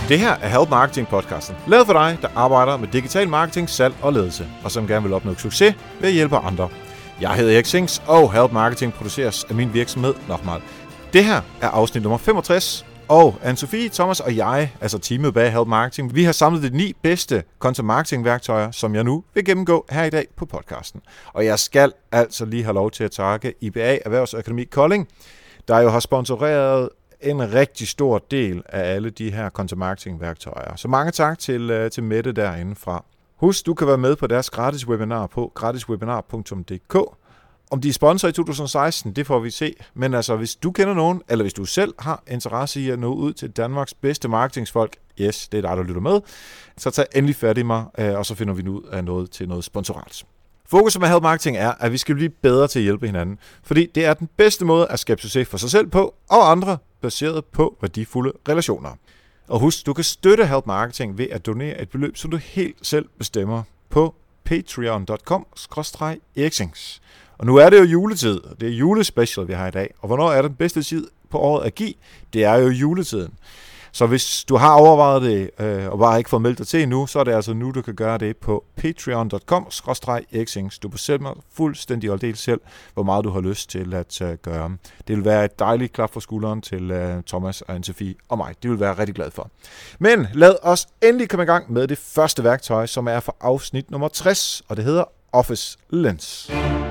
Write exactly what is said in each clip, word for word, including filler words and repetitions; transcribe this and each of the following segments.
Det her er Help Marketing podcasten, lavet for dig, der arbejder med digital marketing, salg og ledelse, og som gerne vil opnå succes ved at hjælpe andre. Jeg hedder Erik Sings, og Help Marketing produceres af min virksomhed Nochmal. Det her er afsnit nummer femogtres, og Anne-Sophie, Thomas og jeg, altså teamet bag Help Marketing, vi har samlet de ni bedste content marketing værktøjer, som jeg nu vil gennemgå her i dag på podcasten. Og jeg skal altså lige have lov til at takke I B A Erhvervsakademi Kolding, der jo har sponsoreret en rigtig stor del af alle de her content marketing værktøjer. Så mange tak til, til Mette derindefra. Husk, du kan være med på deres gratis webinar på gratiswebinar punktum d k. Om de er sponsor i to tusind og seksten, det får vi se. Men altså, hvis du kender nogen, eller hvis du selv har interesse i at nå ud til Danmarks bedste marketingsfolk, yes, det er dig, der lytter med, så tag endelig fat i mig, og så finder vi ud af noget til noget sponsorat. Fokus med Help Marketing er, at vi skal blive bedre til at hjælpe hinanden, fordi det er den bedste måde at skabe succes for sig selv på, og andre, baseret på værdifulde relationer. Og husk, du kan støtte Help Marketing ved at donere et beløb, som du helt selv bestemmer på patreon punktum com skråstreg eriksings. Og nu er det jo juletid, det er julespecial, vi har i dag. Og hvornår er den bedste tid på året at give? Det er jo juletiden. Så hvis du har overvejet det, øh, og bare ikke fået meldt dig til endnu, så er det altså nu, du kan gøre det på patreon punktum com skråstreg eriksings. Du bestemmer fuldstændig og del selv, hvor meget du har lyst til at uh, gøre. Det vil være et dejligt klap for skulderen til uh, Thomas og Anne-Sophie og mig. Det vil være rigtig glad for. Men lad os endelig komme i gang med det første værktøj, som er for afsnit nummer tres, og det hedder Office Lens.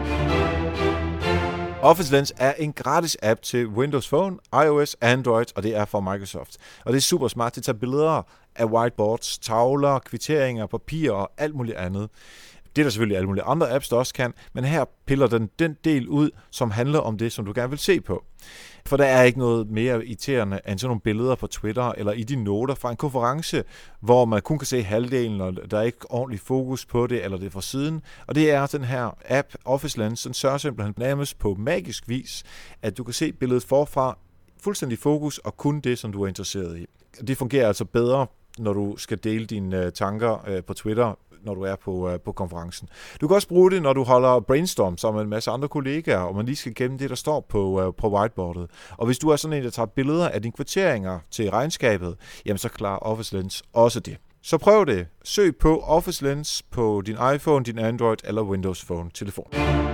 Office Lens er en gratis app til Windows Phone, iOS, Android, og det er fra Microsoft. Og det er super smart. Det tager billeder af whiteboards, tavler, kvitteringer, papir og alt muligt andet. Det er der selvfølgelig alle mulige andre apps, der også kan, men her piller den den del ud, som handler om det, som du gerne vil se på. For der er ikke noget mere irriterende end sådan nogle billeder på Twitter eller i de noter fra en konference, hvor man kun kan se halvdelen, og der er ikke ordentlig fokus på det, eller det er fra siden. Og det er den her app, Office Lens, den sørger simpelthen nærmest på magisk vis, at du kan se billedet forfra, fuldstændig fokus, og kun det, som du er interesseret i. Det fungerer altså bedre, når du skal dele dine tanker på Twitter, når du er på, uh, på konferencen. Du kan også bruge det, når du holder brainstorm sammen med en masse andre kollegaer, og man lige skal gemme det, der står på, uh, på whiteboardet. Og hvis du er sådan en, der tager billeder af dine kvitteringer til regnskabet, jamen så klarer Office Lens også det. Så prøv det. Søg på Office Lens på din iPhone, din Android eller Windows Phone telefon.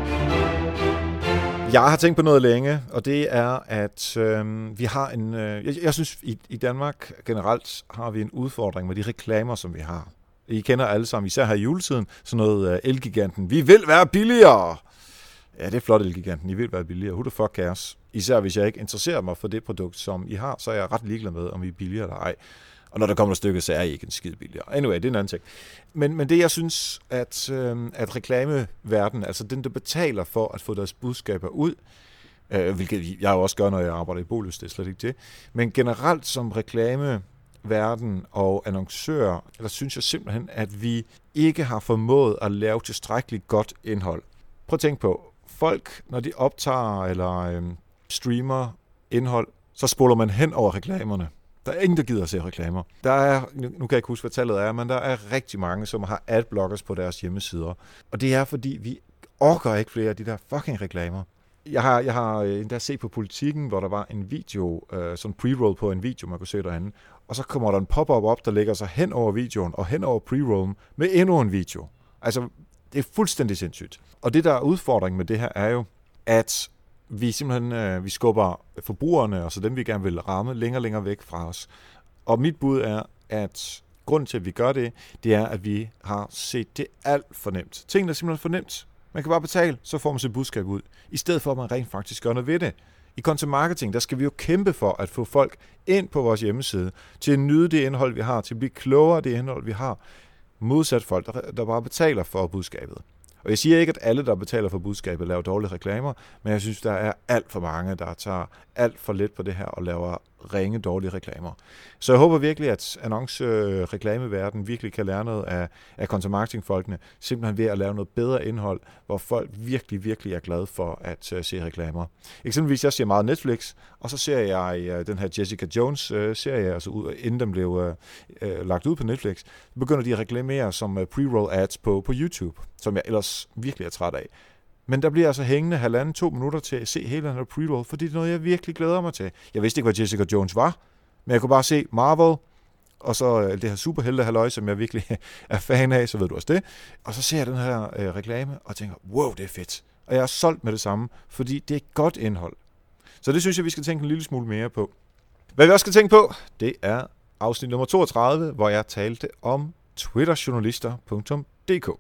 Jeg har tænkt på noget længe, og det er, at øh, vi har en... Øh, jeg, jeg synes, i, i Danmark generelt har vi en udfordring med de reklamer, som vi har. I kender alle sammen, især her i juletiden, sådan noget uh, Elgiganten. Vi vil være billigere! Ja, det er flot, Elgiganten. I vil være billigere. Who the fuck cares? Især hvis jeg ikke interesserer mig for det produkt, som I har, så er jeg ret ligeglad med, om I er billigere eller ej. Og når der kommer et stykke, så er I ikke en skid billigere. Anyway, det er en anden ting. Men, men det, jeg synes, at, øh, at reklameverdenen, altså den, der betaler for at få deres budskaber ud, øh, hvilket jeg også gør, når jeg arbejder i Bolus, det er slet ikke det, men generelt som reklame verden og annoncører, der synes jeg simpelthen, at vi ikke har formået at lave tilstrækkeligt godt indhold. Prøv at tænke på, folk, når de optager eller øhm, streamer indhold, så spoler man hen over reklamerne. Der er ingen, der gider at se reklamer. Der er, nu kan jeg ikke huske, hvad tallet er, men der er rigtig mange, som har adblockers på deres hjemmesider. Og det er, fordi vi orker ikke flere af de der fucking reklamer. Jeg har, jeg har endda set på Politikken, hvor der var en video, øh, sådan pre-roll på en video, man kunne se derinde, og så kommer der en pop-up op, der lægger sig hen over videoen og hen over pre-rollen med endnu en video. Altså, det er fuldstændig sindssygt. Og det, der er udfordringen med det her, er jo, at vi simpelthen øh, vi skubber forbrugerne, altså dem, vi gerne vil ramme, længere længere væk fra os. Og mit bud er, at grunden til, at vi gør det, det er, at vi har set det alt for nemt. Tingene er simpelthen for nemt. Man kan bare betale, så får man sit budskab ud, i stedet for, at man rent faktisk gør noget ved det. I content marketing, der skal vi jo kæmpe for at få folk ind på vores hjemmeside, til at nyde det indhold, vi har, til at blive klogere af det indhold, vi har, modsat folk, der, der bare betaler for budskabet. Og jeg siger ikke, at alle, der betaler for budskabet, laver dårlige reklamer, men jeg synes, der er alt for mange, der tager alt for let på det her og laver ringe dårlige reklamer. Så jeg håber virkelig, at annonce-reklameverdenen virkelig kan lære noget af, af content marketing-folkene, simpelthen ved at lave noget bedre indhold, hvor folk virkelig, virkelig er glade for at uh, se reklamer. Eksempelvis, jeg ser meget Netflix, og så ser jeg uh, den her Jessica Jones-serie, uh, altså ud, inden den blev uh, uh, lagt ud på Netflix, så begynder de at reklamere som uh, pre-roll ads på, på YouTube, som jeg ellers virkelig er træt af. Men der bliver altså hængende halvanden, to minutter til at se hele den her pre-roll, fordi det er noget, jeg virkelig glæder mig til. Jeg vidste ikke, hvad Jessica Jones var, men jeg kunne bare se Marvel, og så det her superheltehalløj, som jeg virkelig er fan af, så ved du også det. Og så ser jeg den her øh, reklame og tænker, wow, det er fedt. Og jeg er solgt med det samme, fordi det er godt indhold. Så det synes jeg, vi skal tænke en lille smule mere på. Hvad vi også skal tænke på, det er afsnit nummer toogtredive, hvor jeg talte om twitterjournalister punktum d k.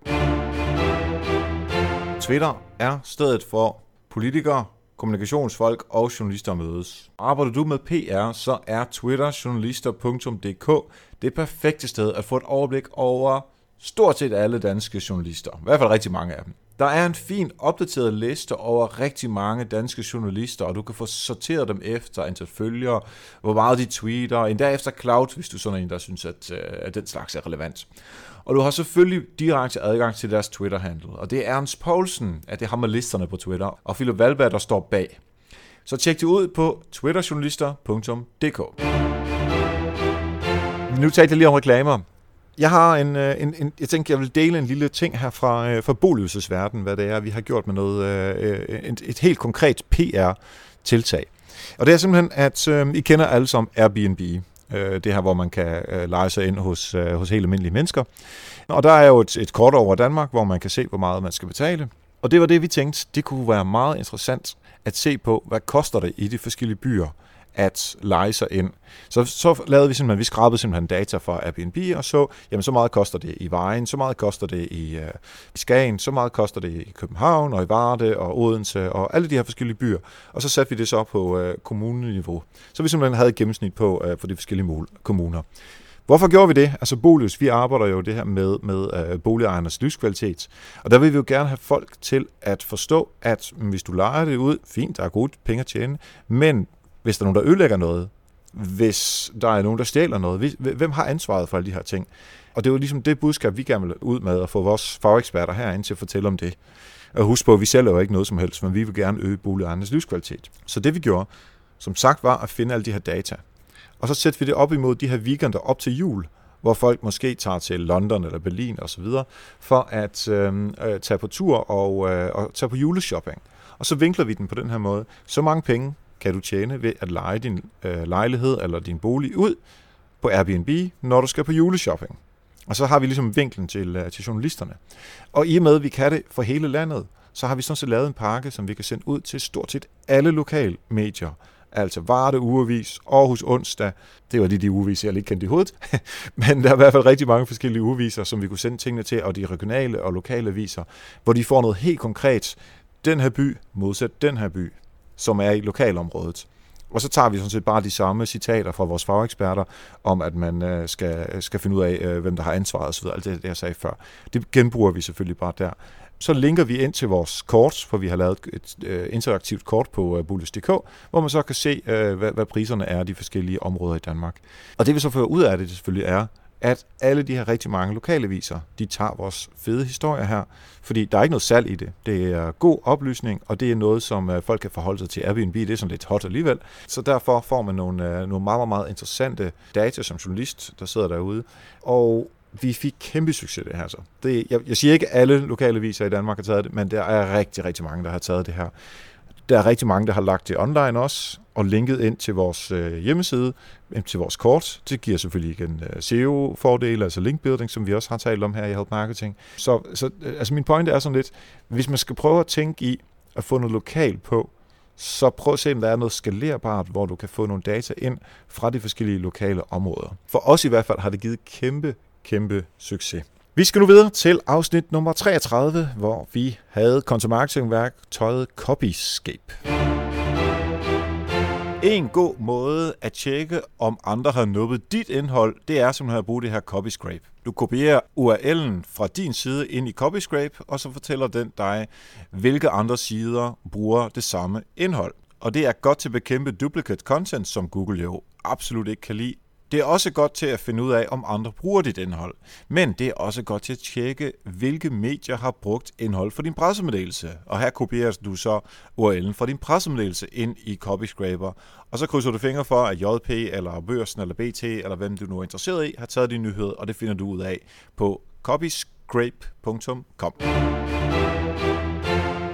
Twitter er stedet for politikere, kommunikationsfolk og journalister mødes. Arbejder du med P R, så er twitterjournalister punktum d k det perfekte sted at få et overblik over stort set alle danske journalister. I hvert fald rigtig mange af dem. Der er en fin opdateret liste over rigtig mange danske journalister, og du kan få sorteret dem efter antal følgere, hvor meget de tweeter, endda efter cloud, hvis du er sådan en, der synes, at, at den slags er relevant. Og du har selvfølgelig direkte adgang til deres Twitter-handle, og det er Ernst Poulsen, at det har med listerne på Twitter, og Philip Valberg, der står bag. Så tjek det ud på twitterjournalister punktum d k. Nu talte jeg lige om reklamer. Jeg har en, en, en, jeg tænker, jeg vil dele en lille ting her fra, fra Bolius' verden, hvad det er, vi har gjort med noget, et, et helt konkret P R-tiltag. Og det er simpelthen, at øh, I kender alle som Airbnb. Øh, det her, hvor man kan øh, leje sig ind hos, øh, hos helt almindelige mennesker. Og der er jo et, et kort over Danmark, hvor man kan se, hvor meget man skal betale. Og det var det, vi tænkte, det kunne være meget interessant at se på, hvad koster det i de forskellige byer at leje sig ind. Så, så lavede vi simpelthen, vi skrabede simpelthen data fra Airbnb og så, jamen så meget koster det i Vejen, så meget koster det i, uh, i Skagen, så meget koster det i København og i Varde og Odense og alle de her forskellige byer. Og så satte vi det så på uh, kommuneniveau. Så vi simpelthen havde et gennemsnit på uh, for de forskellige mål, kommuner. Hvorfor gjorde vi det? Altså Bolius, vi arbejder jo det her med, med uh, boligejernes livskvalitet. Og der vil vi jo gerne have folk til at forstå, at hvis du lejer det ud, fint, der er gode penge at tjene, men hvis der er nogen, der ødelægger noget, hvis der er nogen, der stjæler noget, hvem har ansvaret for alle de her ting? Og det er jo ligesom det budskab, vi gerne vil ud med, at få vores fageksperter herinde til at fortælle om det. Og husk på, at vi sælger jo ikke noget som helst, men vi vil gerne øge boligejernes livskvalitet. Så det vi gjorde, som sagt, var at finde alle de her data. Og så sætter vi det op imod de her weekender op til jul, hvor folk måske tager til London eller Berlin osv., for at øh, tage på tur og, øh, og tage på juleshopping. Og så vinkler vi den på den her måde. Så mange penge kan du tjene ved at leje din øh, lejlighed eller din bolig ud på Airbnb, når du skal på juleshopping. Og så har vi ligesom vinklen til, øh, til journalisterne. Og i og med, at vi kan det for hele landet, så har vi sådan set lavet en pakke, som vi kan sende ud til stort set alle lokale medier. Altså Varde Ugeavis, Aarhus Onsdag, det var lige de ugeaviser, jeg lige kendte i hovedet, men der er i hvert fald rigtig mange forskellige ugeaviser, som vi kunne sende tingene til, og de regionale og lokale aviser, hvor de får noget helt konkret. Den her by modsat den her by, som er i lokalområdet. Og så tager vi sådan set bare de samme citater fra vores fageksperter om, at man øh, skal, skal finde ud af, øh, hvem der har ansvaret osv. Alt det, jeg sagde før. Det genbruger vi selvfølgelig bare der. Så linker vi ind til vores kort, for vi har lavet et øh, interaktivt kort på øh, Bolius punktum d k, hvor man så kan se, øh, hvad, hvad priserne er i de forskellige områder i Danmark. Og det vi så får ud af det, det selvfølgelig er, at alle de her rigtig mange lokalaviser, de tager vores fede historier her, fordi der er ikke noget salg i det. Det er god oplysning, og det er noget, som folk kan forholde sig til. Airbnb, det er sådan lidt hot alligevel. Så derfor får man nogle, nogle meget, meget interessante data som journalist, der sidder derude. Og vi fik kæmpe succes det her så. Det, jeg, jeg siger ikke, at alle lokalaviser i Danmark har taget det, men der er rigtig, rigtig mange, der har taget det her. Der er rigtig mange, der har lagt det online også, og linket ind til vores øh, hjemmeside, ind til vores kort. Det giver selvfølgelig igen øh, S E O-fordele, altså linkbuilding, som vi også har talt om her i Help Marketing. Så, så øh, altså min pointe er sådan lidt, hvis man skal prøve at tænke i at få noget lokalt på, så prøv at se, om der er noget skalerbart, hvor du kan få nogle data ind fra de forskellige lokale områder. For os i hvert fald har det givet kæmpe, kæmpe succes. Vi skal nu videre til afsnit nummer treogtredive, hvor vi havde content marketing-værktøjet Copyscape. En god måde at tjekke, om andre har nubbet dit indhold, det er simpelthen at bruge det her Copyscape. Du kopierer U R L'en fra din side ind i Copyscape, og så fortæller den dig, hvilke andre sider bruger det samme indhold. Og det er godt til at bekæmpe duplicate content, som Google jo absolut ikke kan lide. Det er også godt til at finde ud af, om andre bruger dit indhold. Men det er også godt til at tjekke, hvilke medier har brugt indhold for din pressemeddelelse. Og her kopierer du så U R L'en fra din pressemeddelelse ind i Copyscraper. Og så krydser du fingre for, at J P eller Børsen eller B T eller hvem du nu er interesseret i, har taget din nyhed, og det finder du ud af på copyscrape punktum com.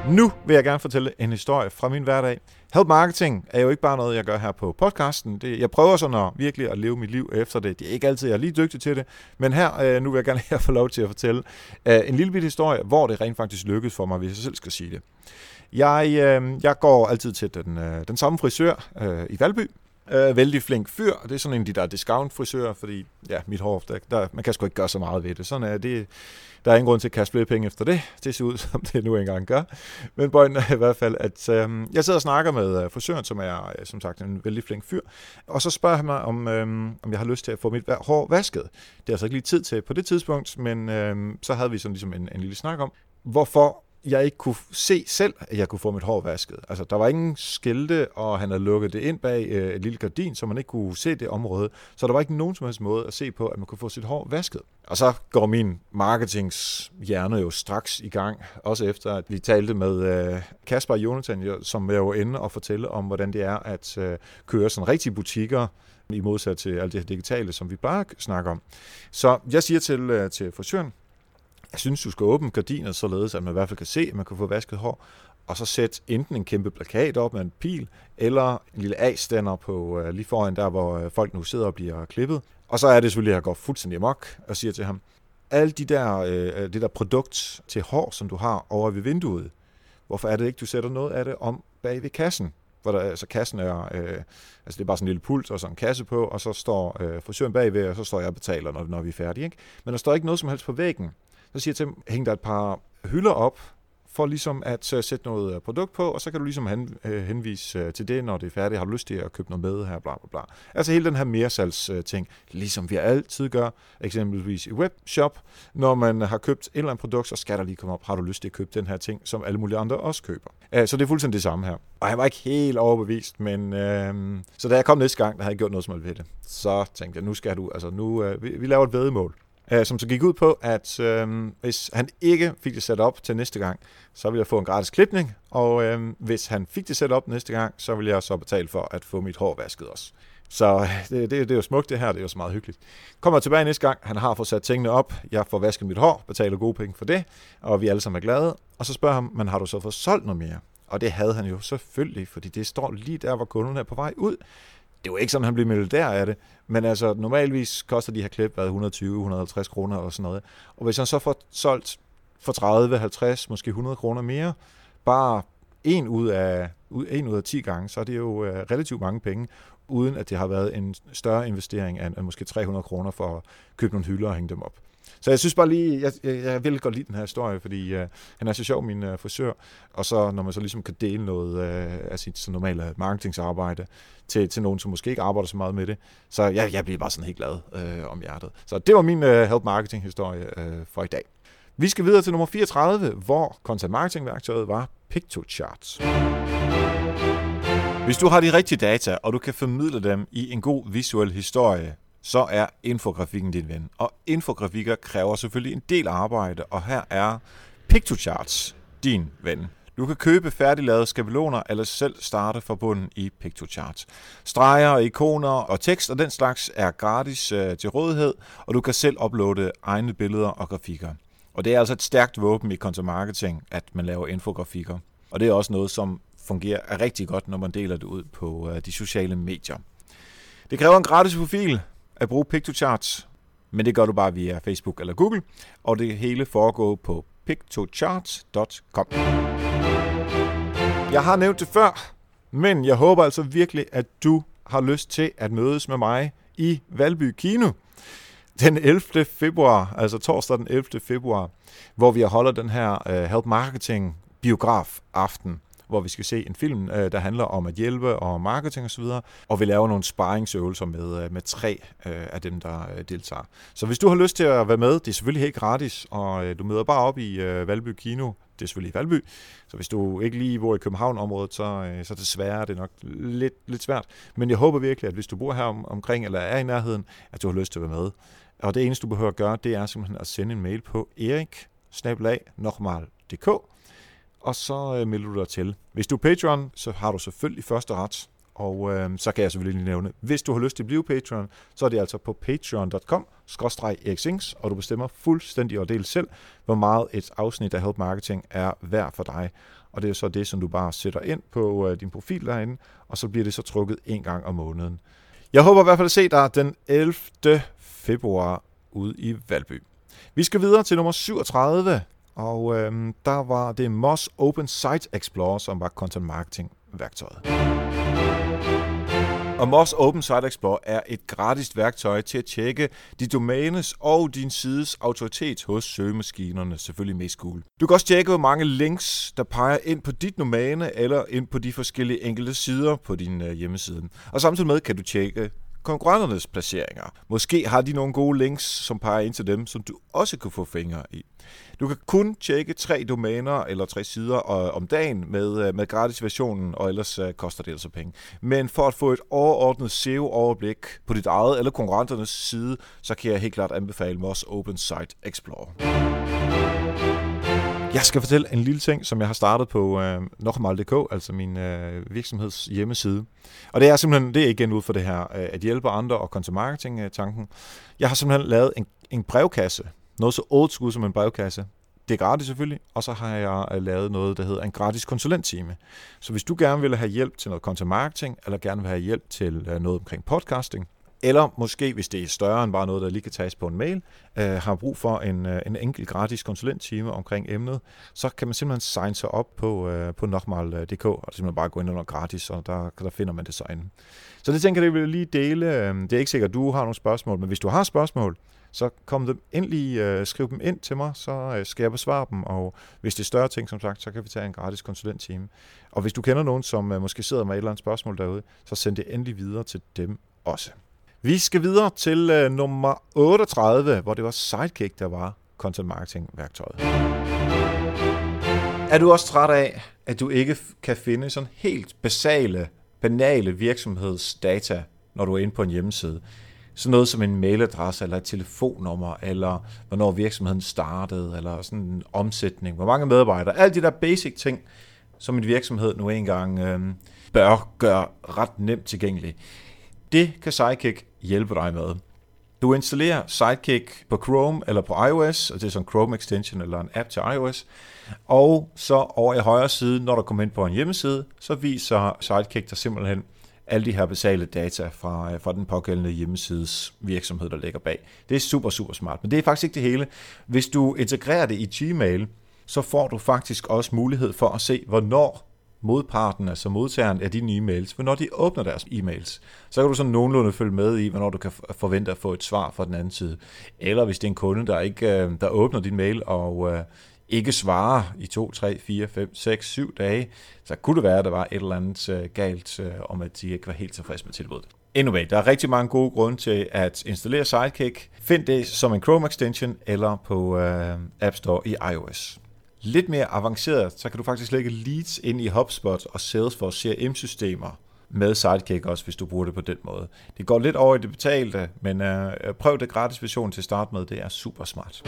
Nu vil jeg gerne fortælle en historie fra min hverdag. Help Marketing er jo ikke bare noget, jeg gør her på podcasten. Det, jeg prøver sådan at virkelig at leve mit liv efter det. Det er ikke altid, jeg er lige dygtig til det. Men her, øh, nu vil jeg gerne her få lov til at fortælle øh, en lille bitte historie, hvor det rent faktisk lykkedes for mig, hvis jeg selv skal sige det. Jeg, øh, jeg går altid til den, øh, den samme frisør øh, i Valby. Øh, vældig flink fyr, og det er sådan en af de der discount-frisører, fordi ja, mit hår, der, der, man kan sgu ikke gøre så meget ved det. Sådan er det. Der er ingen grund til at kaste flere penge efter det. Det ser ud, som det nu engang gør. Men pointen er i hvert fald, at øh, jeg sidder og snakker med øh, frisøren, som er øh, som sagt en vældig flink fyr, og så spørger han mig, om, øh, om jeg har lyst til at få mit hår vasket. Det er altså ikke lige tid til på det tidspunkt, men øh, så havde vi sådan ligesom en, en lille snak om, hvorfor jeg ikke kunne se selv, at jeg kunne få mit hår vasket. Altså, der var ingen skilte, og han havde lukket det ind bag øh, et lille gardin, så man ikke kunne se det område. Så der var ikke nogen som helst måde at se på, at man kunne få sit hår vasket. Og så går min marketingshjerne jo straks i gang, også efter at vi talte med øh, Kasper og Jonathan, som er jo inde og fortælle om, hvordan det er at øh, køre sådan rigtige butikker, i modsat til alt det her digitale, som vi bare snakker om. Så jeg siger til, øh, til frisøren, jeg synes, du skal åbne gardinet, således at man i hvert fald kan se, at man kan få vasket hår, og så sæt enten en kæmpe plakat op med en pil, eller en lille A-stander på uh, lige foran der, hvor uh, folk nu sidder og bliver klippet. Og så er det selvfølgelig, at jeg går fuldstændig amok og siger til ham, alle de der, uh, det der produkt til hår, som du har over ved vinduet, hvorfor er det ikke, du sætter noget af det om bag ved kassen? Hvor der, altså kassen er, øh, altså det er bare sådan en lille pult og sådan en kasse på, og så står øh, frisøren bagved, og så står jeg og betaler, når, når vi er færdige. Ikke? Men der står ikke noget som helst på væggen. Så siger jeg til dem, hæng der et par hylder op, for ligesom at uh, sætte noget produkt på, og så kan du ligesom hen, uh, henvise uh, til det, når det er færdigt. Har du lyst til at købe noget med her, bla bla bla. Altså hele den her mersalgs-ting, uh, ligesom vi altid gør, eksempelvis i webshop, når man har købt et eller andet produkt, så skal der lige komme op, har du lyst til at købe den her ting, som alle mulige andre også køber. Uh, så det er fuldstændig det samme her. Og jeg var ikke helt overbevist, men uh, så da jeg kom næste gang, der havde jeg gjort noget som helst ved det. Så tænkte jeg, nu skal du, altså nu, uh, vi, vi laver et væddemål. Som så gik ud på, at øh, hvis han ikke fik det sat op til næste gang, så ville jeg få en gratis klipning, og øh, hvis han fik det sat op næste gang, så ville jeg så betale for at få mit hår vasket også. Så det, det, det er jo smukt det her, det er jo så meget hyggeligt. Kommer tilbage næste gang, han har fået sat tingene op, jeg får vasket mit hår, betaler gode penge for det, og vi alle sammen er glade, og så spørger ham, men har du så fået solgt noget mere? Og det havde han jo selvfølgelig, fordi det står lige der, hvor kunden er på vej ud. Det er jo ikke sådan, at han bliver milliardær af det, men altså normalvis koster de her klip et hundrede og tyve til et hundrede og halvtreds kroner og sådan noget. Og hvis han så får solgt for tredive, halvtreds, måske hundrede kroner mere, bare en ud af, en ud af ti gange, så er det jo relativt mange penge, uden at det har været en større investering af måske tre hundrede kroner for at købe nogle hylder og hænge dem op. Så jeg synes bare lige, jeg, jeg, jeg vil godt lide den her historie, fordi øh, han er så sjov, min øh, frisør, og så når man så ligesom kan dele noget øh, af sit så normale marketingsarbejde til, til nogen, som måske ikke arbejder så meget med det, så jeg, jeg bliver bare sådan helt glad øh, om hjertet. Så det var min øh, Help Marketing historie øh, for i dag. Vi skal videre til nummer fireogtredive, hvor content marketing værktøjet var Piktochart. Hvis du har de rigtige data, og du kan formidle dem i en god visuel historie, så er infografikken din ven. Og infografikker kræver selvfølgelig en del arbejde, og her er Piktochart din ven. Du kan købe færdiglavede skabeloner, eller selv starte fra bunden i Piktochart. Streger, ikoner og tekst og den slags er gratis øh, til rådighed, og du kan selv uploade egne billeder og grafikker. Og det er altså et stærkt våben i content marketing, at man laver infografikker. Og det er også noget, som fungerer rigtig godt, når man deler det ud på øh, de sociale medier. Det kræver en gratis profil at bruge Piktochart, men det gør du bare via Facebook eller Google, og det hele foregår på piktochart punktum com. Jeg har nævnt det før, men jeg håber altså virkelig, at du har lyst til at mødes med mig i Valby Kino den ellevte februar, altså torsdag den ellevte februar, hvor vi holder den her uh, Help Marketing biograf aften, hvor vi skal se en film, der handler om at hjælpe og marketing osv., og vi laver nogle sparringsøvelser med, med tre af dem, der deltager. Så hvis du har lyst til at være med, det er selvfølgelig helt gratis, og du møder bare op i Valby Kino, det er selvfølgelig i Valby, så hvis du ikke lige bor i København-området, så, så desværre er det nok lidt, lidt svært. Men jeg håber virkelig, at hvis du bor her om, omkring, eller er i nærheden, at du har lyst til at være med. Og det eneste, du behøver at gøre, det er simpelthen at sende en mail på erik snabel-a nokmal punktum d k, og så øh, melder du dig til. Hvis du er Patreon, så har du selvfølgelig første ret, og øh, så kan jeg selvfølgelig lige nævne, hvis du har lyst til at blive Patreon, så er det altså på patreon punktum com skråstreg erik sings, og du bestemmer fuldstændig og del selv, hvor meget et afsnit af Help Marketing er værd for dig. og det er så det, som du bare sætter ind på din profil derinde, og så bliver det så trukket en gang om måneden. Jeg håber i hvert fald at se dig den ellevte februar ude i Valby. Vi skal videre til nummer syvogtredive, og øhm, der var det Moz Open Site Explorer, som var content marketing værktøjet. Og Moz Open Site Explorer er et gratis værktøj til at tjekke dit domænes og din sides autoritet hos søgemaskinerne, selvfølgelig mest Google. Du kan også tjekke, hvor mange links, der peger ind på dit domæne eller ind på de forskellige enkelte sider på din uh, hjemmeside. Og samtidig med kan du tjekke konkurrenternes placeringer. Måske har de nogle gode links, som peger ind til dem, som du også kan få fingre i. Du kan kun tjekke tre domæner eller tre sider om dagen med, med gratisversionen, og ellers uh, koster det altså penge. Men for at få et overordnet S E O-overblik på dit eget eller konkurrenternes side, så kan jeg helt klart anbefale Moz Open Site Explorer. Jeg skal fortælle en lille ting, som jeg har startet på øh, Nokkemal punktum d k, altså min øh, virksomheds hjemmeside. Og det er simpelthen, det er igen ud for det her, øh, at hjælpe andre og content marketing-tanken. Jeg har simpelthen lavet en, en brevkasse, noget så old school som en brevkasse. Det er gratis selvfølgelig, og så har jeg lavet noget, der hedder en gratis konsulenttime. Så hvis du gerne vil have hjælp til noget content marketing, eller gerne vil have hjælp til øh, noget omkring podcasting, eller måske, hvis det er større end bare noget, der lige kan tages på en mail, øh, har brug for en, øh, en enkelt gratis konsulenttime omkring emnet, så kan man simpelthen signe sig op på, øh, på Nokkemal punktum d k, og simpelthen bare gå ind under gratis, og der, der finder man det så inde. Så det tænker jeg, det vil lige dele. Det er ikke sikkert, at du har nogle spørgsmål, men hvis du har spørgsmål, så kom dem endelig, øh, skriv dem ind til mig, så øh, skal jeg besvare dem, og hvis det er større ting, som sagt, så kan vi tage en gratis konsulenttime. Og hvis du kender nogen, som øh, måske sidder med et eller andet spørgsmål derude, så send det endelig videre til dem også. Vi skal videre til øh, nummer otteogtredive, hvor det var Sidekick, der var content marketing værktøjet. Er du også træt af, at du ikke kan finde sådan helt basale, banale virksomhedsdata, når du er inde på en hjemmeside? Sådan noget som en mailadresse, eller et telefonnummer, eller hvornår virksomheden startede, eller sådan en omsætning, hvor mange medarbejdere. Alle de der basic ting, som en virksomhed nu engang øh, bør gøre ret nemt tilgængelig. Det kan Sidekick hjælpe dig med. Du installerer Sidekick på Chrome eller på iOS, og det er sådan en Chrome extension eller en app til iOS. Og så over i højre side, når du kommer ind på en hjemmeside, så viser Sidekick dig simpelthen alle de her basale data fra, fra den pågældende hjemmesides virksomhed, der ligger bag. Det er super, super smart, men det er faktisk ikke det hele. Hvis du integrerer det i Gmail, så får du faktisk også mulighed for at se, hvornår modparten, altså modtageren af dine e-mails, hvornår de åbner deres e-mails. Så kan du sådan nogenlunde følge med i, hvornår du kan forvente at få et svar fra den anden side. Eller hvis det er en kunde, der ikke der åbner din mail og øh, ikke svarer i to, tre, fire, fem, seks, syv dage, så kunne det være, at der var et eller andet øh, galt øh, om, at de ikke var helt tilfredse med tilbuddet. Anyway, der er rigtig mange gode grunde til at installere Sidekick. Find det som en Chrome extension eller på øh, App Store i iOS. Lidt mere avanceret, så kan du faktisk lægge leads ind i HubSpot og Salesforce C R M-systemer med Sidekick også, hvis du bruger det på den måde. Det går lidt over i det betalte, men øh, prøv det gratis version til at starte med. Det er super smart.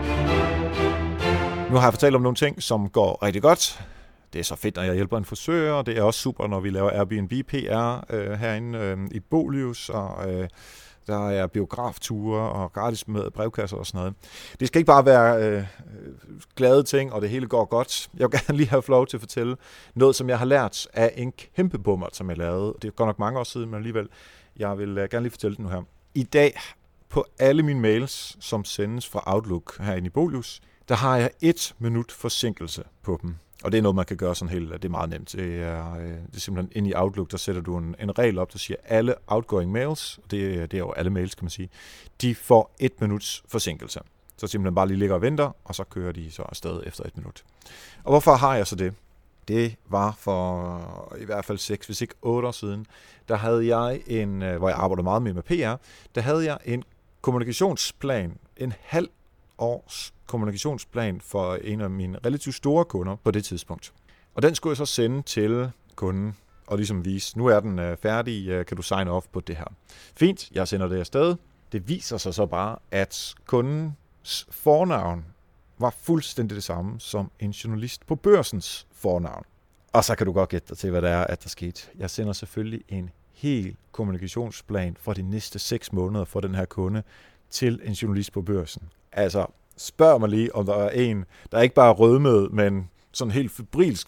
Nu har jeg fortalt om nogle ting, som går rigtig godt. Det er så fedt, når jeg hjælper en frisør, og det er også super, når vi laver Airbnb P R øh, herinde øh, i Bolius, og øh, der er biografture og gratis med brevkasser og sådan noget. Det skal ikke bare være øh, glade ting, og det hele går godt. Jeg vil gerne lige have lov til at fortælle noget, som jeg har lært af en kæmpe bummer, som jeg lavede. Det er godt nok mange år siden, men alligevel. Jeg vil gerne lige fortælle den nu her. I dag, på alle mine mails, som sendes fra Outlook herinde i Bolius, der har jeg et minut forsinkelse på dem. Og det er noget, man kan gøre sådan helt, det er meget nemt. Det er, det er simpelthen inde i Outlook, der sætter du en, en regel op, der siger, at alle outgoing mails, det, det er jo alle mails, kan man sige, de får et minuts forsinkelse. Så simpelthen bare lige ligger og venter, og så kører de så afsted efter et minut. Og hvorfor har jeg så det? Det var for i hvert fald seks, hvis ikke otte år siden, der havde jeg en, hvor jeg arbejdede meget mere med P R, der havde jeg en kommunikationsplan, en halv års kommunikationsplan for en af mine relativt store kunder på det tidspunkt. Og den skulle jeg så sende til kunden og ligesom vise, nu er den færdig, kan du sign off på det her. Fint, jeg sender det afsted. Det viser sig så bare, at kundens fornavn var fuldstændig det samme som en journalist på Børsens fornavn. Og så kan du godt gætte dig til, hvad der er, at der skete. Jeg sender selvfølgelig en hel kommunikationsplan for de næste seks måneder for den her kunde til en journalist på Børsen. Altså, spørg mig lige, om der er en, der ikke bare er rødmed, men sådan helt febrilsk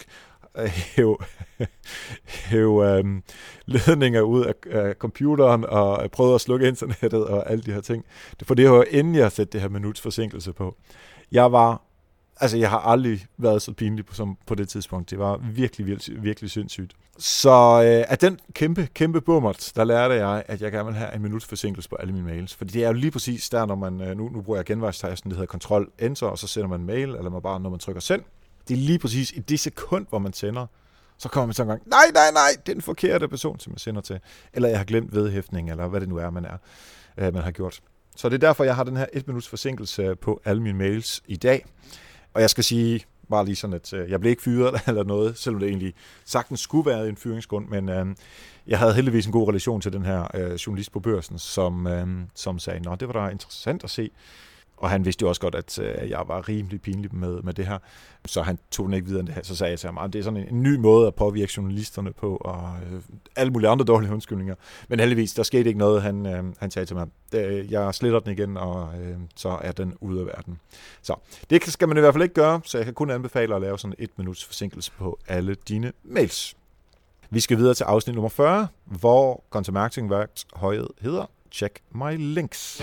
hæve, hæve øhm, ledninger ud af, af computeren og prøvede at slukke internettet og alle de her ting. For det var inden jeg satte det her minuts forsinkelse på. Jeg var, altså jeg har aldrig været så pinlig på, som på det tidspunkt. Det var virkelig, virkelig, virkelig sindssygt. Så øh, af den kæmpe, kæmpe bummert, der lærte jeg, at jeg gerne vil have en minuts forsinkelse på alle mine mails. Fordi det er jo lige præcis der, når man, øh, nu, nu bruger jeg genvejstasten, det hedder Control-Enter, og så sender man en mail, eller man bare, når man trykker send. Det er lige præcis i det sekund, hvor man sender, så kommer man så en gang, nej, nej, nej, det er den forkerte person, som man sender til. Eller jeg har glemt vedhæftning, eller hvad det nu er, man, er, øh, man har gjort. Så det er derfor, jeg har den her et minuts forsinkelse på alle mine mails i dag. Og jeg skal sige, bare lige sådan, at øh, jeg blev ikke fyret eller noget, selvom det egentlig sagtens skulle være en fyringsgrund, men øh, jeg havde heldigvis en god relation til den her øh, journalist på Børsen, som, øh, som sagde, nå, det var da interessant at se. Og han vidste jo også godt, at øh, jeg var rimelig pinlig med, med det her, så han tog den ikke videre end det her. Så sagde jeg til ham, at det er sådan en, en ny måde at påvirke journalisterne på, og øh, alle mulige andre dårlige undskyldninger. Men heldigvis, der skete ikke noget, han, øh, han sagde til mig. Jeg sletter den igen, og øh, så er den ude af verden. Så det skal man i hvert fald ikke gøre, så jeg kan kun anbefale at lave sådan et minuts forsinkelse på alle dine mails. Vi skal videre til afsnit nummer fyrre, hvor content marketing værktøjet hedder Check My Links.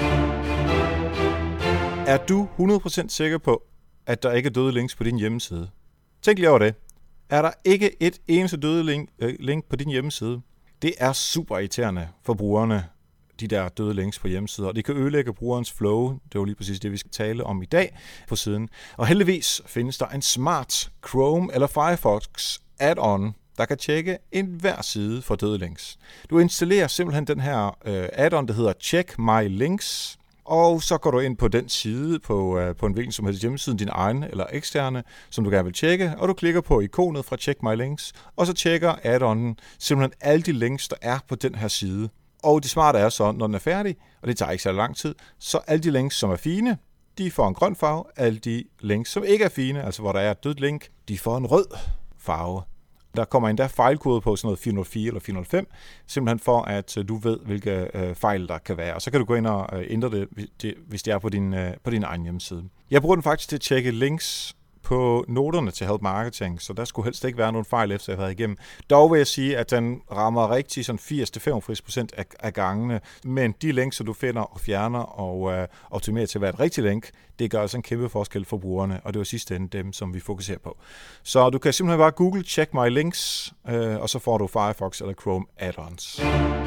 Er du hundrede procent sikker på, at der ikke er døde links på din hjemmeside? Tænk lige over det. Er der ikke et eneste døde link, øh, link på din hjemmeside? Det er super irriterende for brugerne, de der døde links på hjemmesider, og det kan ødelægge brugerens flow. Det er jo lige præcis det, vi skal tale om i dag på siden. Og heldigvis findes der en smart Chrome eller Firefox add-on, der kan tjekke enhver side for døde links. Du installerer simpelthen den her øh, add-on, der hedder Check My Links, og så går du ind på den side på, øh, på en hvilken som helst hjemmeside, din egen eller eksterne, som du gerne vil tjekke, og du klikker på ikonet fra Check My Links, og så tjekker add-onen simpelthen alle de links, der er på den her side. Og det smarte er så, når den er færdig, og det tager ikke så lang tid, så alle de links, som er fine, de får en grøn farve. Alle de links, som ikke er fine, altså hvor der er et dødt link, de får en rød farve. Der kommer endda fejlkode på sådan noget fire nul fire eller fire nul fem, simpelthen for, at du ved, hvilke øh, fejl der kan være. Og så kan du gå ind og øh, ændre det, hvis det er på din, øh, på din egen hjemmeside. Jeg bruger den faktisk til at tjekke links på noterne til Help Marketing, så der skulle helst ikke være nogen fejl, efter jeg har været igennem. Dog vil jeg sige, at den rammer rigtig sådan firs til femogfirs procent af, af gangene, men de links, som du finder og fjerner og øh, optimerer til at være et rigtigt link, det gør altså en kæmpe forskel for brugerne, og det var sidste ende dem, som vi fokuserer på. Så du kan simpelthen bare google Check My Links, øh, og så får du Firefox eller Chrome add-ons.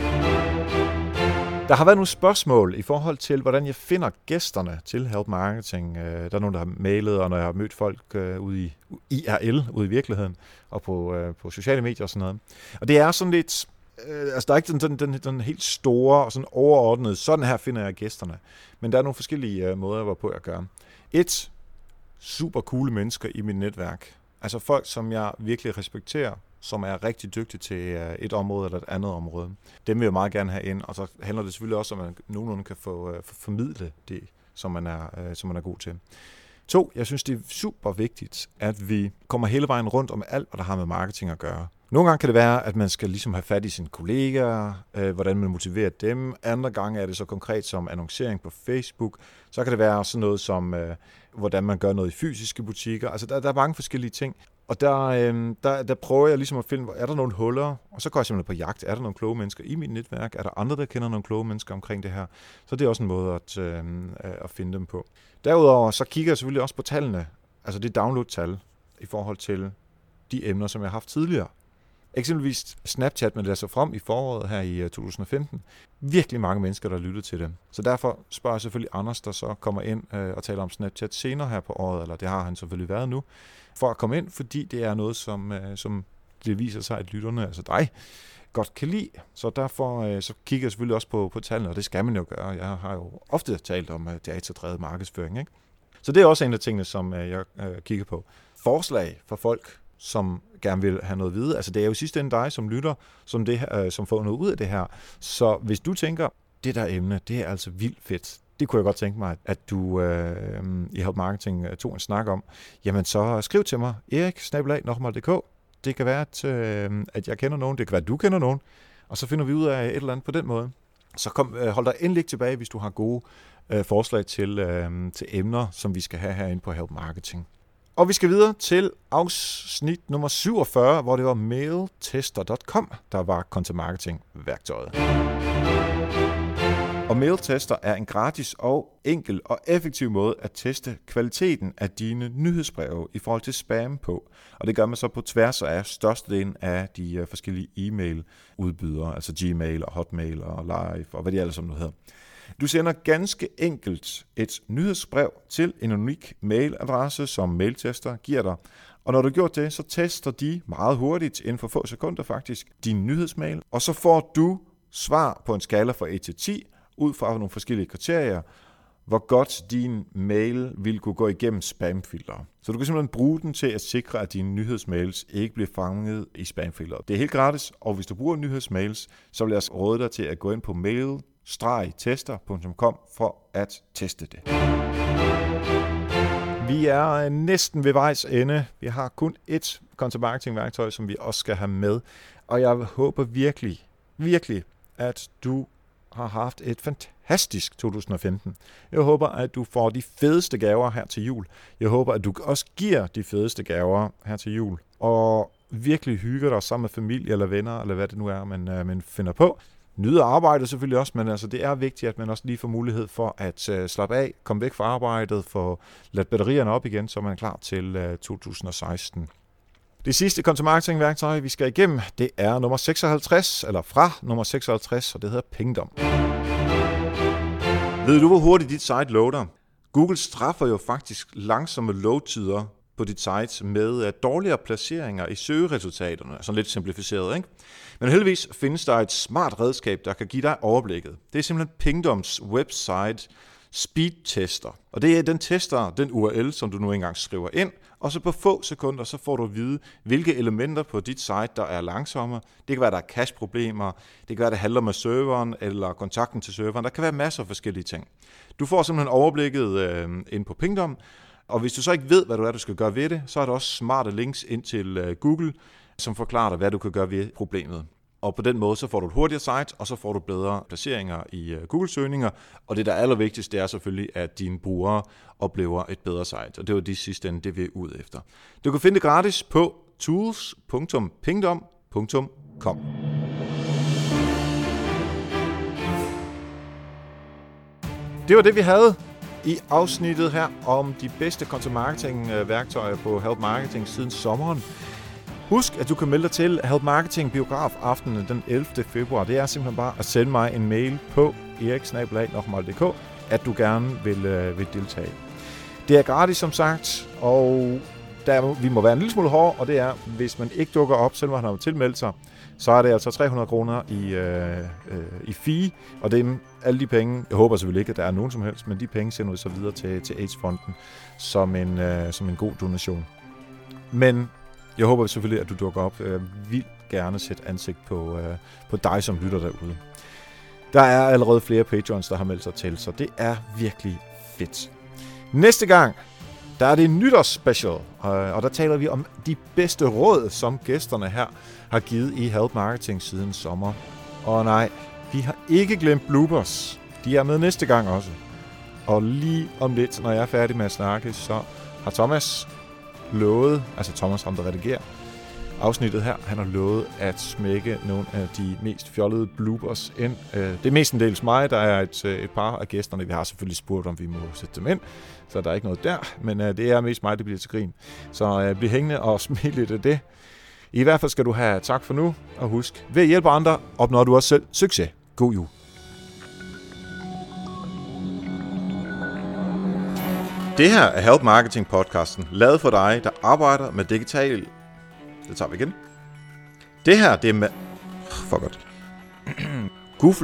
Der har været nogle spørgsmål i forhold til, hvordan jeg finder gæsterne til Help Marketing. Der er nogen, der har mailet, og når jeg har mødt folk ude i I R L, ude i virkeligheden, og på, på sociale medier og sådan noget. Og det er sådan lidt, altså der er ikke den, den, den helt store og sådan overordnede, sådan her finder jeg gæsterne. Men der er nogle forskellige måder, hvorpå jeg gør. Et, super coole mennesker i mit netværk. Altså folk, som jeg virkelig respekterer, som er rigtig dygtige til et område eller et andet område. Dem vil jeg meget gerne have ind, og så handler det selvfølgelig også om, at man nogenlunde kan få for, formidle det, som man, er, som man er god til. To, jeg synes, det er super vigtigt, at vi kommer hele vejen rundt om alt, hvad der har med marketing at gøre. Nogle gange kan det være, at man skal ligesom have fat i sine kollegaer, øh, hvordan man motiverer dem. Andre gange er det så konkret som annoncering på Facebook. Så kan det være sådan noget som, øh, hvordan man gør noget i fysiske butikker. Altså, der, der er mange forskellige ting. Og der, øh, der, der prøver jeg ligesom at finde, er der nogle huller? Og så går jeg simpelthen på jagt. Er der nogle kloge mennesker i mit netværk? Er der andre, der kender nogle kloge mennesker omkring det her? Så det er også en måde at, øh, at finde dem på. Derudover så kigger jeg selvfølgelig også på tallene. Altså det download-tal i forhold til de emner, som jeg har haft tidligere. Eksempelvis Snapchat med det så frem i foråret her i to tusind og femten. Virkelig mange mennesker, der lyttede til det. Så derfor spørger jeg selvfølgelig Anders, der så kommer ind øh, og taler om Snapchat senere her på året, eller det har han selvfølgelig været nu, for at komme ind, fordi det er noget, som, øh, som det viser sig, at lytterne, altså dig, godt kan lide. Så derfor øh, så kigger jeg selvfølgelig også på, på tallene, og det skal man jo gøre. Jeg har jo ofte talt om uh, datadrevet markedsføring, ikke? Så det er også en af tingene, som øh, jeg øh, kigger på. Forslag for folk, som gerne vil have noget at vide. Altså det er jo sidste ende dig, som lytter, som, det, øh, som får noget ud af det her. Så hvis du tænker, det der emne, det er altså vildt fedt. Det kunne jeg godt tænke mig, at du øh, i Help Marketing øh, tog en snak om. Jamen så skriv til mig, erik snabel-a nokmal punktum d k. Det kan være, at, øh, at jeg kender nogen. Det kan være, at du kender nogen. Og så finder vi ud af et eller andet på den måde. Så kom, øh, hold dig endelig tilbage, hvis du har gode øh, forslag til, øh, til emner, som vi skal have herinde på Help Marketing. Og vi skal videre til afsnit nummer syvogfyrre, hvor det var mailtester punktum com, der var content marketing værktøjet. Og Mailtester er en gratis og enkel og effektiv måde at teste kvaliteten af dine nyhedsbreve i forhold til spam på. Og det gør man så på tværs af størstedelen af de forskellige e-mail-udbydere, altså Gmail og Hotmail og Live og hvad de alle som nu hedder. Du sender ganske enkelt et nyhedsbrev til en unik mailadresse, som Mailtester giver dig. Og når du har gjort det, så tester de meget hurtigt, inden for få sekunder faktisk, din nyhedsmail. Og så får du svar på en skala fra et til ti, ud fra nogle forskellige kriterier, hvor godt din mail vil kunne gå igennem spamfilter. Så du kan simpelthen bruge den til at sikre, at dine nyhedsmails ikke bliver fanget i spamfilter. Det er helt gratis, og hvis du bruger nyhedsmails, så vil jeg råde dig til at gå ind på mail tester punktum com for at teste det. Vi er næsten ved vejs ende. Vi har kun ét content marketing værktøj, som vi også skal have med. Og jeg håber virkelig, virkelig, at du har haft et fantastisk to tusind og femten. Jeg håber, at du får de fedeste gaver her til jul. Jeg håber, at du også giver de fedeste gaver her til jul. Og virkelig hygger dig sammen med familie eller venner, eller hvad det nu er, man, man finder på. Nyder arbejdet selvfølgelig også, men altså, det er vigtigt, at man også lige får mulighed for at uh, slappe af, komme væk fra arbejdet, få ladt batterierne op igen, så man er klar til uh, to tusind og seksten. Det sidste content marketing værktøj, vi skal igennem, det er nummer seksoghalvtreds, eller fra nummer seksoghalvtreds, og det hedder Pingdom. Ved du, hvor hurtigt dit site loader? Google straffer jo faktisk langsomme load-tider på dit site med dårligere placeringer i søgeresultaterne, sådan lidt simplificeret, ikke? Men heldigvis findes der et smart redskab, der kan give dig overblikket. Det er simpelthen Pingdoms website Speedtester. Og det er den tester, den U R L, som du nu engang skriver ind, og så på få sekunder, så får du at vide, hvilke elementer på dit site, der er langsomme. Det kan være, der er cache-problemer, det kan være, der handler med serveren eller kontakten til serveren. Der kan være masser af forskellige ting. Du får simpelthen overblikket øh, ind på Pingdom, og hvis du så ikke ved, hvad du er, du skal gøre ved det, så er der også smarte links ind til øh, Google, som forklarer dig, hvad du kan gøre ved problemet. Og på den måde, så får du et hurtigere site, og så får du bedre placeringer i Google-søgninger. Og det, der er allervigtigst, det er selvfølgelig, at dine brugere oplever et bedre site. Og det var de sidste ende, det vi er ude efter. Du kan finde det gratis på tools punktum pingdom punktum com. Det var det, vi havde i afsnittet her om de bedste content marketing-værktøjer på Help Marketing siden sommeren. Husk, at du kan melde dig til Help Marketing Biograf aftenen den ellevte februar. Det er simpelthen bare at sende mig en mail på erik snabel-a nokmal punktum d k, at du gerne vil, øh, vil deltage. Det er gratis, som sagt, og der, vi må være en lille smule hårde, og det er, hvis man ikke dukker op, selvom man har tilmeldt sig, så er det altså tre hundrede kroner i, øh, øh, i fee, og det er alle de penge, jeg håber selvfølgelig ikke, at der er nogen som helst, men de penge sender vi så videre til, til AIDS-fonden som en, øh, som en god donation. Men jeg håber selvfølgelig, at du dukker op. Jeg vil gerne sætte ansigt på, øh, på dig, som lytter derude. Der er allerede flere patrons, der har meldt sig til, så det er virkelig fedt. Næste gang, der er det en nytårsspecial, og der taler vi om de bedste råd, som gæsterne her har givet i Help Marketing siden sommer. Og nej, vi har ikke glemt bloopers. De er med næste gang også. Og lige om lidt, når jeg er færdig med at snakke, så har Thomas lovet, altså Thomas, ham der redigerer afsnittet her, han har lovet at smække nogle af de mest fjollede bloopers ind. Det er mestendels mig, der er et, et par af gæsterne. Vi har selvfølgelig spurgt, om vi må sætte dem ind, så der er ikke noget der, men det er mest mig, det bliver til grin. Så bliv hængende og smil lidt af det. I hvert fald skal du have tak for nu, og husk, ved at hjælpe andre, opnår du også selv succes. God jul. Det her er Help Marketing podcasten, lavet for dig, der arbejder med digital... Det tager vi igen. Det her, det er med... For godt. Google...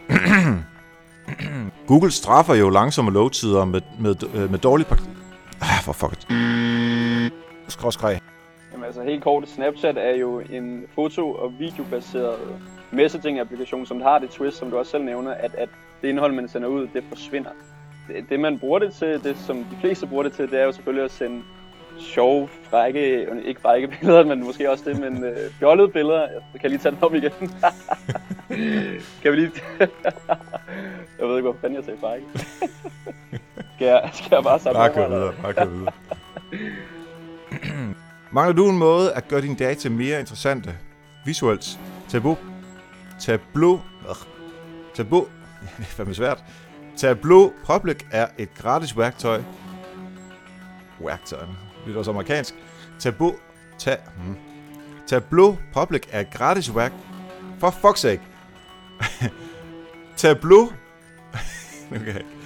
Google straffer jo langsomme load-tider med, med, med dårlig... Ah, for fuck it. Skråskræg. Jamen altså helt kort, Snapchat er jo en foto- og videobaseret messaging-applikation, som har det twist, som du også selv nævner, at, at det indhold, man sender ud, det forsvinder. Det, det man bruger det til, det som de fleste bruger det til, det er jo selvfølgelig at sende sjove, frække, ikke frække billeder, men måske også det, men øh, fjollede billeder. Jeg kan lige tage den op igen. Kan vi lige... Jeg ved ikke, hvor fanden jeg sagde frække. Skal jeg, skal jeg bare samle Bare kør videre, bare kør videre. Mangler du en måde at gøre dine data mere interessante visuelt? Tableau. Tableau. Øh, Tableau. Det er fandme svært. Tableau Public er et gratis værktøj. Værktøj. Det er også amerikansk. Tableau. Ta, hmm. Tableau Public er et gratis værk. For fuck's sake. Tableau. Okay.